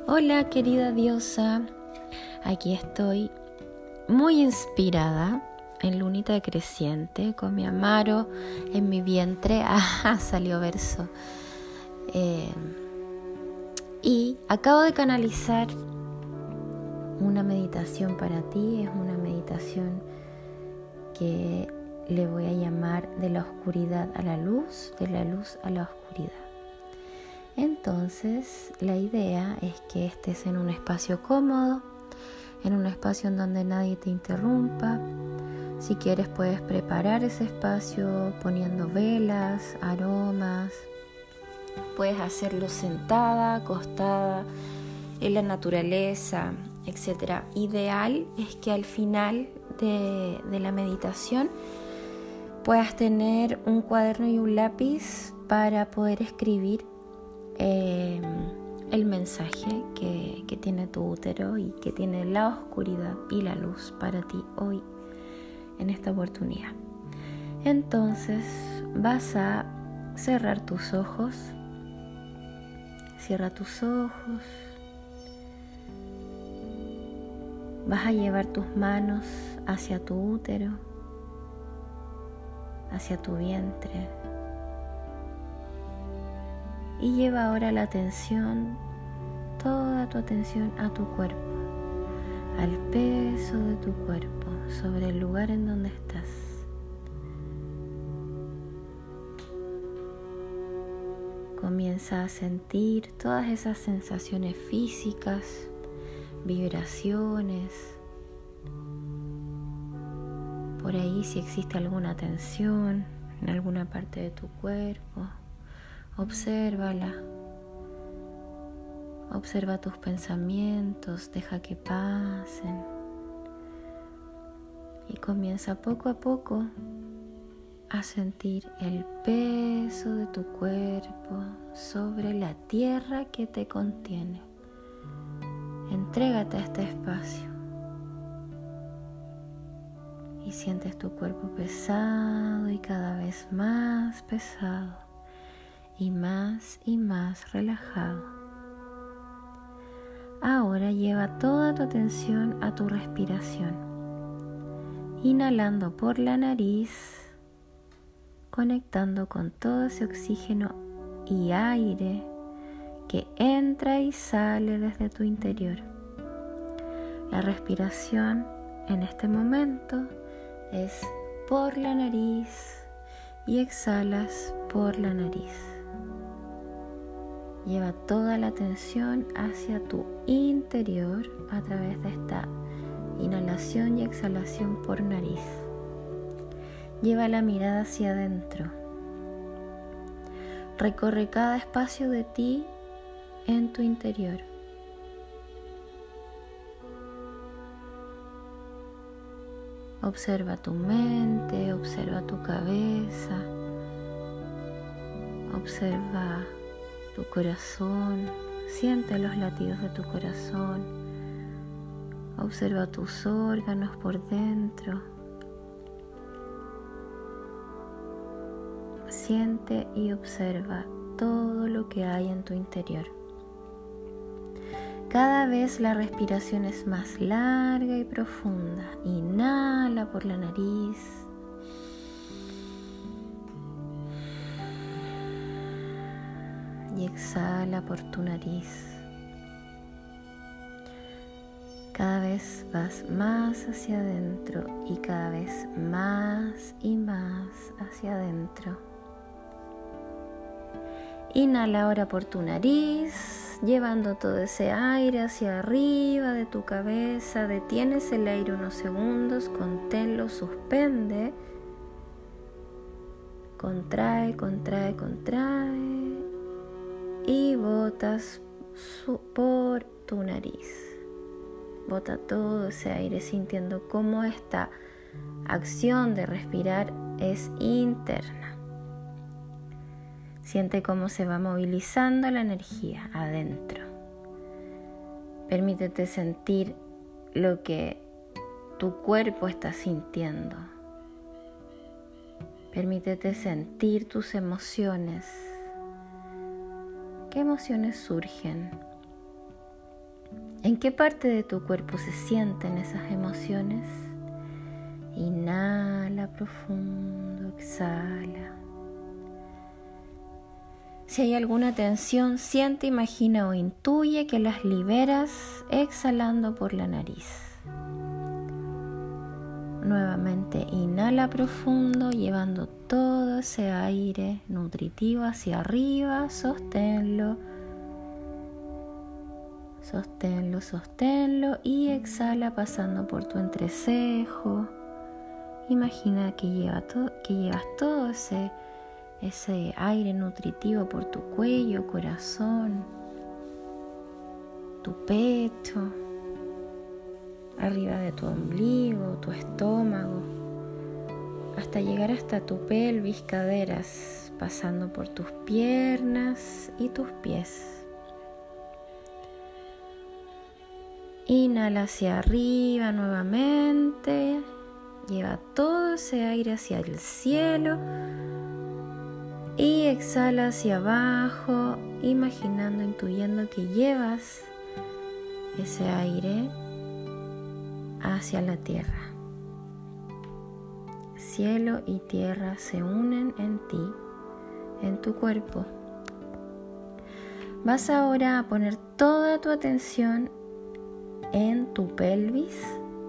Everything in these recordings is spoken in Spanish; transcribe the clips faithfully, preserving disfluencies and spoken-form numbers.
Hola querida diosa, aquí estoy muy inspirada en lunita creciente con mi amaro en mi vientre. Ah, salió verso. Eh, y acabo de canalizar una meditación para ti. Es una meditación que le voy a llamar de la oscuridad a la luz, de la luz a la oscuridad. Entonces, la idea es que estés en un espacio cómodo, en un espacio en donde nadie te interrumpa. Si quieres, puedes preparar ese espacio poniendo velas, aromas. Puedes hacerlo sentada, acostada, en la naturaleza, etcétera. Ideal es que al final de, de la meditación puedas tener un cuaderno y un lápiz para poder escribir Eh, el mensaje que, que tiene tu útero y que tiene la oscuridad y la luz para ti hoy en esta oportunidad. Entonces vas a cerrar tus ojos, cierra tus ojos, vas a llevar tus manos hacia tu útero, hacia tu vientre. Y lleva ahora la atención, toda tu atención a tu cuerpo, al peso de tu cuerpo, sobre el lugar en donde estás. Comienza a sentir todas esas sensaciones físicas, vibraciones. Por ahí si existe alguna tensión en alguna parte de tu cuerpo. Obsérvala, observa tus pensamientos, deja que pasen y comienza poco a poco a sentir el peso de tu cuerpo sobre la tierra que te contiene. Entrégate a este espacio y sientes tu cuerpo pesado y cada vez más pesado. Y más y más relajado. Ahora lleva toda tu atención a tu respiración. Inhalando por la nariz, conectando con todo ese oxígeno y aire que entra y sale desde tu interior. La respiración en este momento es por la nariz y exhalas por la nariz. Lleva toda la atención hacia tu interior a través de esta inhalación y exhalación por nariz. Lleva la mirada hacia adentro. Recorre cada espacio de ti en tu interior. Observa tu mente, observa tu cabeza, observa tu corazón, siente los latidos de tu corazón, observa tus órganos por dentro, siente y observa todo lo que hay en tu interior. Cada vez la respiración es más larga y profunda. Inhala por la nariz. Y exhala por tu nariz. Cada vez vas más hacia adentro y cada vez más y más hacia adentro. Inhala ahora por tu nariz, llevando todo ese aire hacia arriba de tu cabeza. Detienes el aire unos segundos, conténlo, suspende. Contrae, contrae, contrae. Y botas su, por tu nariz. Bota todo ese aire sintiendo cómo esta acción de respirar es interna. Siente cómo se va movilizando la energía adentro. Permítete sentir lo que tu cuerpo está sintiendo. Permítete sentir tus emociones. ¿Qué emociones surgen? ¿En qué parte de tu cuerpo se sienten esas emociones? Inhala profundo, exhala. Si hay alguna tensión, siente, imagina o intuye que las liberas exhalando por la nariz. Nuevamente inhala profundo, llevando todo ese aire nutritivo hacia arriba, sosténlo. Sosténlo, sosténlo y exhala pasando por tu entrecejo. Imagina que, lleva to- que llevas todo ese, ese aire nutritivo por tu cuello, corazón, tu pecho, arriba de tu ombligo, tu estómago, hasta llegar hasta tu pelvis, caderas, pasando por tus piernas y tus pies. Inhala hacia arriba nuevamente, lleva todo ese aire hacia el cielo y exhala hacia abajo, imaginando, intuyendo que llevas ese aire hacia la tierra. Cielo y tierra se unen en ti, en tu cuerpo. Vas ahora a poner toda tu atención en tu pelvis,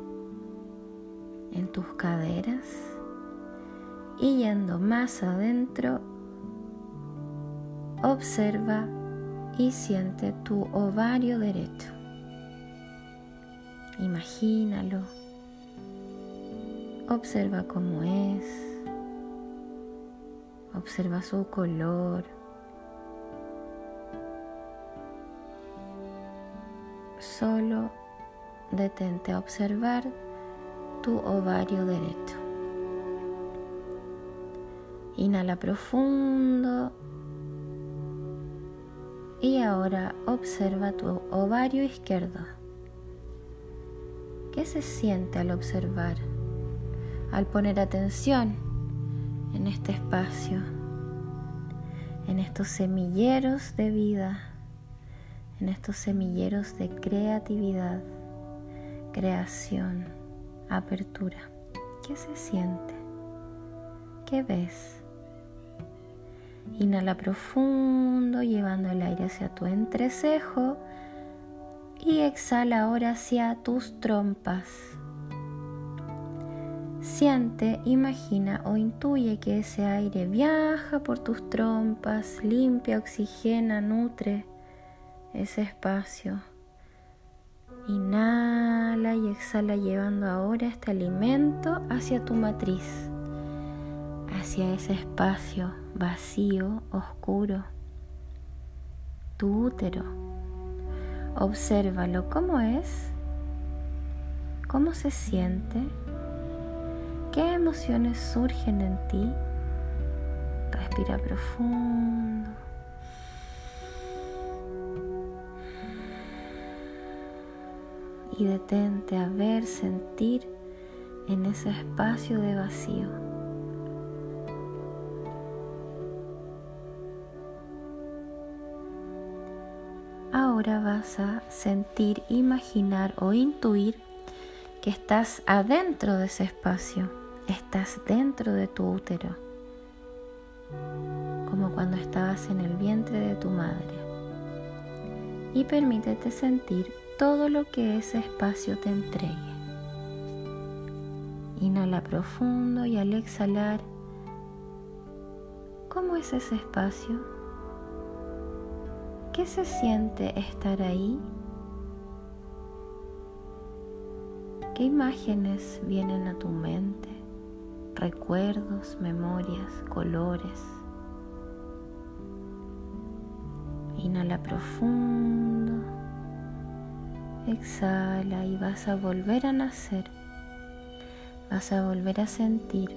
en tus caderas y yendo más adentro, observa y siente tu ovario derecho. Imagínalo, observa cómo es, observa su color. Solo detente a observar tu ovario derecho. Inhala profundo y ahora observa tu ovario izquierdo. ¿Qué se siente al observar, al poner atención en este espacio, en estos semilleros de vida, en estos semilleros de creatividad, creación, apertura? ¿Qué se siente? ¿Qué ves? Inhala profundo, llevando el aire hacia tu entrecejo y exhala ahora hacia tus trompas. Siente, imagina o intuye que ese aire viaja por tus trompas, limpia, oxigena, nutre ese espacio. Inhala y exhala, llevando ahora este alimento hacia tu matriz, hacia ese espacio vacío, oscuro, tu útero. Obsérvalo, ¿cómo es? ¿Cómo se siente? ¿Qué emociones surgen en ti? Respira profundo. Y detente a ver, sentir en ese espacio de vacío. Ahora vas a sentir, imaginar o intuir que estás adentro de ese espacio, estás dentro de tu útero, como cuando estabas en el vientre de tu madre. Y permítete sentir todo lo que ese espacio te entregue. Inhala profundo y al exhalar, ¿cómo es ese espacio? ¿Qué se siente estar ahí? ¿Qué imágenes vienen a tu mente? Recuerdos, memorias, colores. Inhala profundo. Exhala y vas a volver a nacer. Vas a volver a sentir.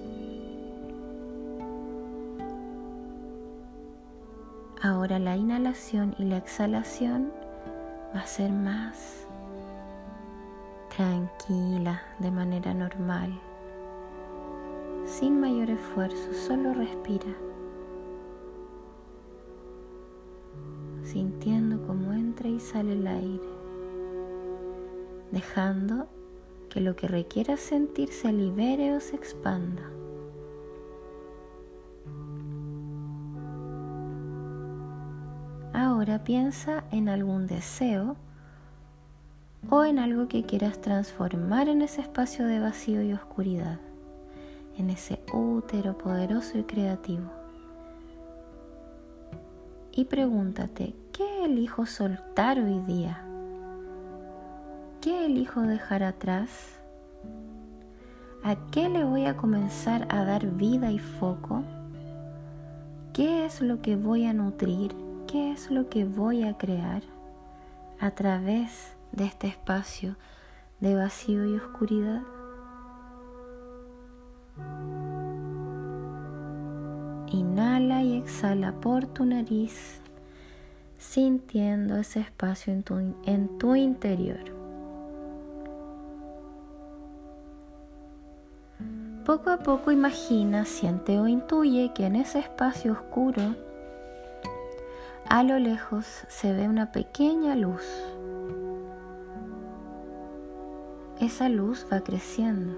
Ahora la inhalación y la exhalación va a ser más tranquila, de manera normal, sin mayor esfuerzo, solo respira, sintiendo cómo entra y sale el aire. dejando que lo que requieras sentir se libere o se expanda. Ahora piensa en algún deseo o en algo que quieras transformar en ese espacio de vacío y oscuridad, en ese útero poderoso y creativo. Y pregúntate, ¿qué elijo soltar hoy día? ¿Qué elijo dejar atrás? ¿A qué le voy a comenzar a dar vida y foco? ¿Qué es lo que voy a nutrir? ¿Qué es lo que voy a crear a través de este espacio de vacío y oscuridad? Inhala y exhala por tu nariz, sintiendo ese espacio en tu, en tu interior. Poco a poco imagina, siente o intuye que en ese espacio oscuro, a lo lejos se ve una pequeña luz. Esa luz va creciendo.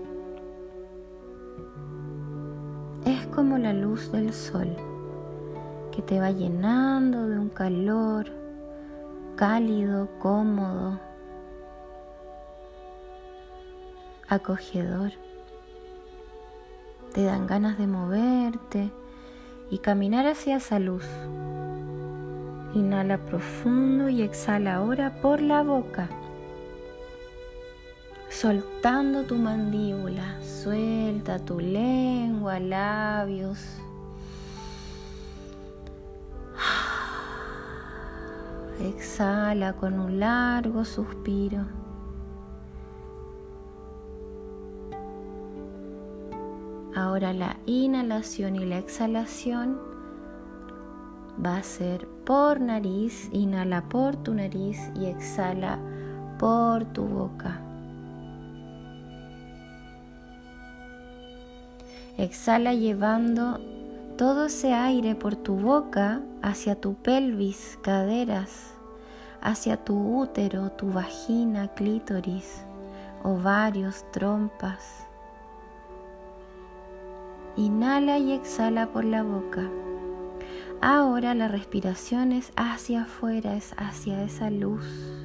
Es como la luz del sol que te va llenando de un calor cálido, cómodo, acogedor. Te dan ganas de moverte y caminar hacia esa luz. Inhala profundo y exhala ahora por la boca, soltando tu mandíbula. Suelta tu lengua, labios. Exhala con un largo suspiro. Ahora la inhalación y la exhalación va a ser por nariz. Inhala por tu nariz y exhala por tu boca. Exhala llevando todo ese aire por tu boca hacia tu pelvis, caderas, hacia tu útero, tu vagina, clítoris, ovarios, trompas. Inhala y exhala por la boca. Ahora la respiración es hacia afuera, es hacia esa luz.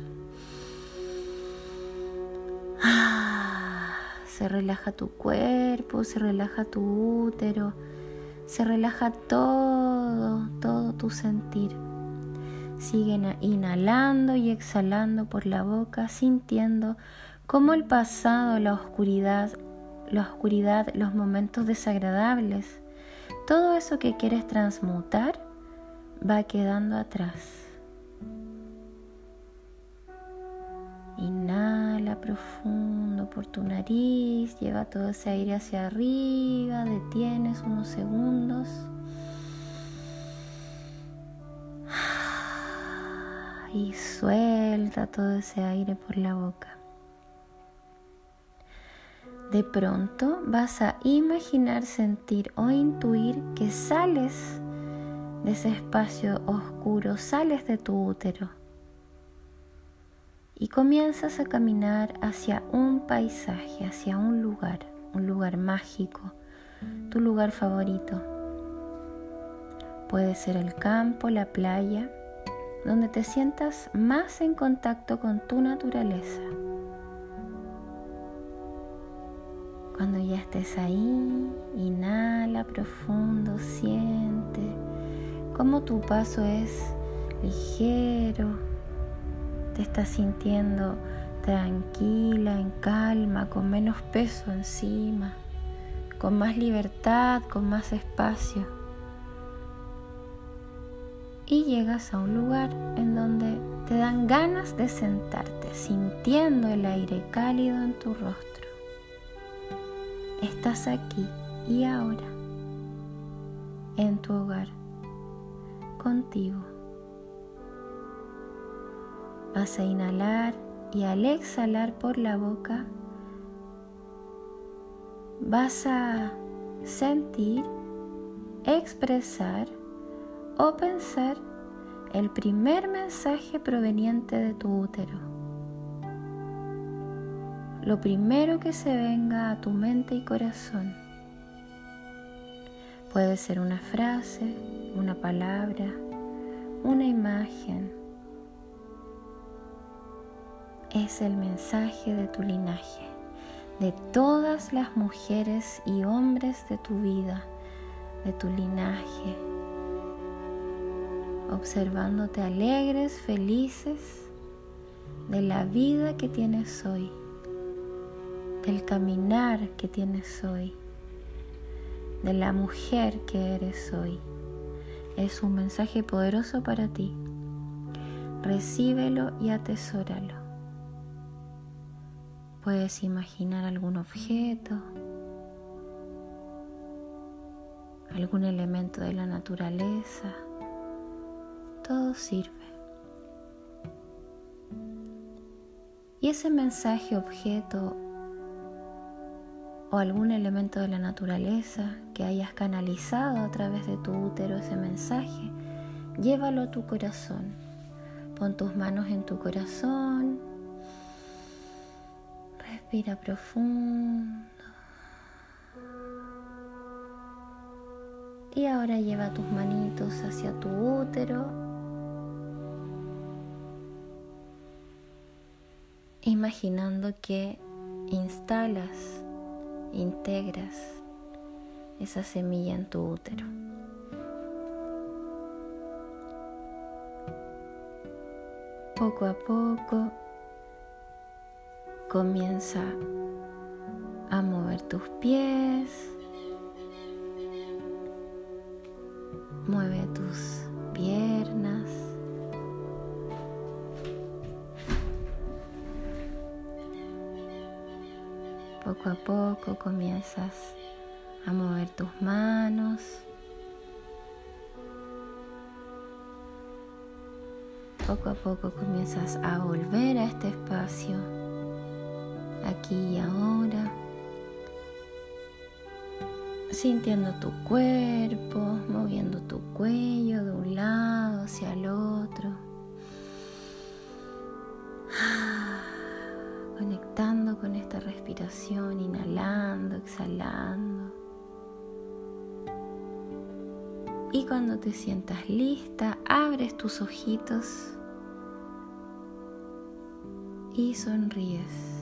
Se relaja tu cuerpo, se relaja tu útero, se relaja todo, todo tu sentir. Sigue inhalando y exhalando por la boca, sintiendo cómo el pasado, la oscuridad, la oscuridad, los momentos desagradables, todo eso que quieres transmutar va quedando atrás. Inhala profundo por tu nariz, lleva todo ese aire hacia arriba, detienes unos segundos. Y suelta todo ese aire por la boca. De pronto vas a imaginar, sentir o intuir que sales de ese espacio oscuro, sales de tu útero y comienzas a caminar hacia un paisaje, hacia un lugar, un lugar mágico, tu lugar favorito. Puede ser el campo, la playa, donde te sientas más en contacto con tu naturaleza. Cuando ya estés ahí, inhala profundo, siente cómo tu paso es ligero, te estás sintiendo tranquila, en calma, con menos peso encima, con más libertad, con más espacio. Y llegas a un lugar en donde te dan ganas de sentarte, sintiendo el aire cálido en tu rostro. Estás aquí y ahora, en tu hogar, contigo. Vas a inhalar y al exhalar por la boca vas a sentir, expresar o pensar el primer mensaje proveniente de tu útero. lo primero que se venga a tu mente y corazón. Puede ser una frase, una palabra, una imagen. Es el mensaje de tu linaje, de todas las mujeres y hombres de tu vida, de tu linaje, observándote alegres, felices de la vida que tienes hoy, del caminar que tienes hoy, de la mujer que eres hoy. Es un mensaje poderoso para ti. Recíbelo y atesóralo. Puedes imaginar algún objeto, algún elemento de la naturaleza. Todo sirve. Y ese mensaje, objeto o algún elemento de la naturaleza que hayas canalizado a través de tu útero, ese mensaje, llévalo a tu corazón. Pon tus manos en tu corazón. Respira profundo. Y ahora lleva tus manitos hacia tu útero. Imaginando que instalas, integras esa semilla en tu útero. Poco a poco comienza a mover tus pies, mueve tus piernas, poco a poco comienzas a mover tus manos, poco a poco comienzas a volver a este espacio, aquí y ahora, sintiendo tu cuerpo, moviendo tu cuello de un lado hacia el otro, conectando con esta respiración, inhalando, exhalando. Y cuando te sientas lista, abres tus ojitos y sonríes.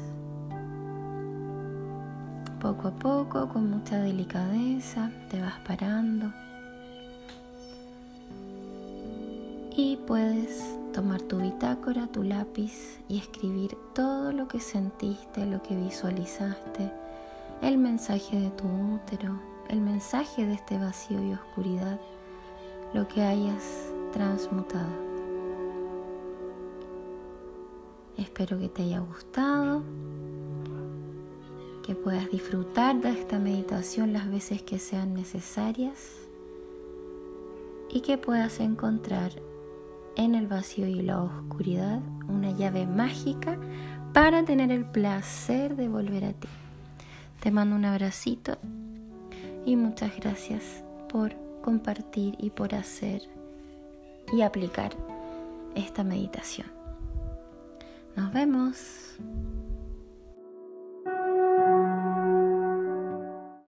Poco a poco, con mucha delicadeza, te vas parando y puedes tomar tu bitácora, tu lápiz y escribir todo lo que sentiste, lo que visualizaste, el mensaje de tu útero, el mensaje de este vacío y oscuridad, lo que hayas transmutado. Espero que te haya gustado, que puedas disfrutar de esta meditación las veces que sean necesarias y que puedas encontrar en el vacío y la oscuridad una llave mágica para tener el placer de volver a ti. Te mando un abracito y muchas gracias por compartir y por hacer y aplicar esta meditación. Nos vemos.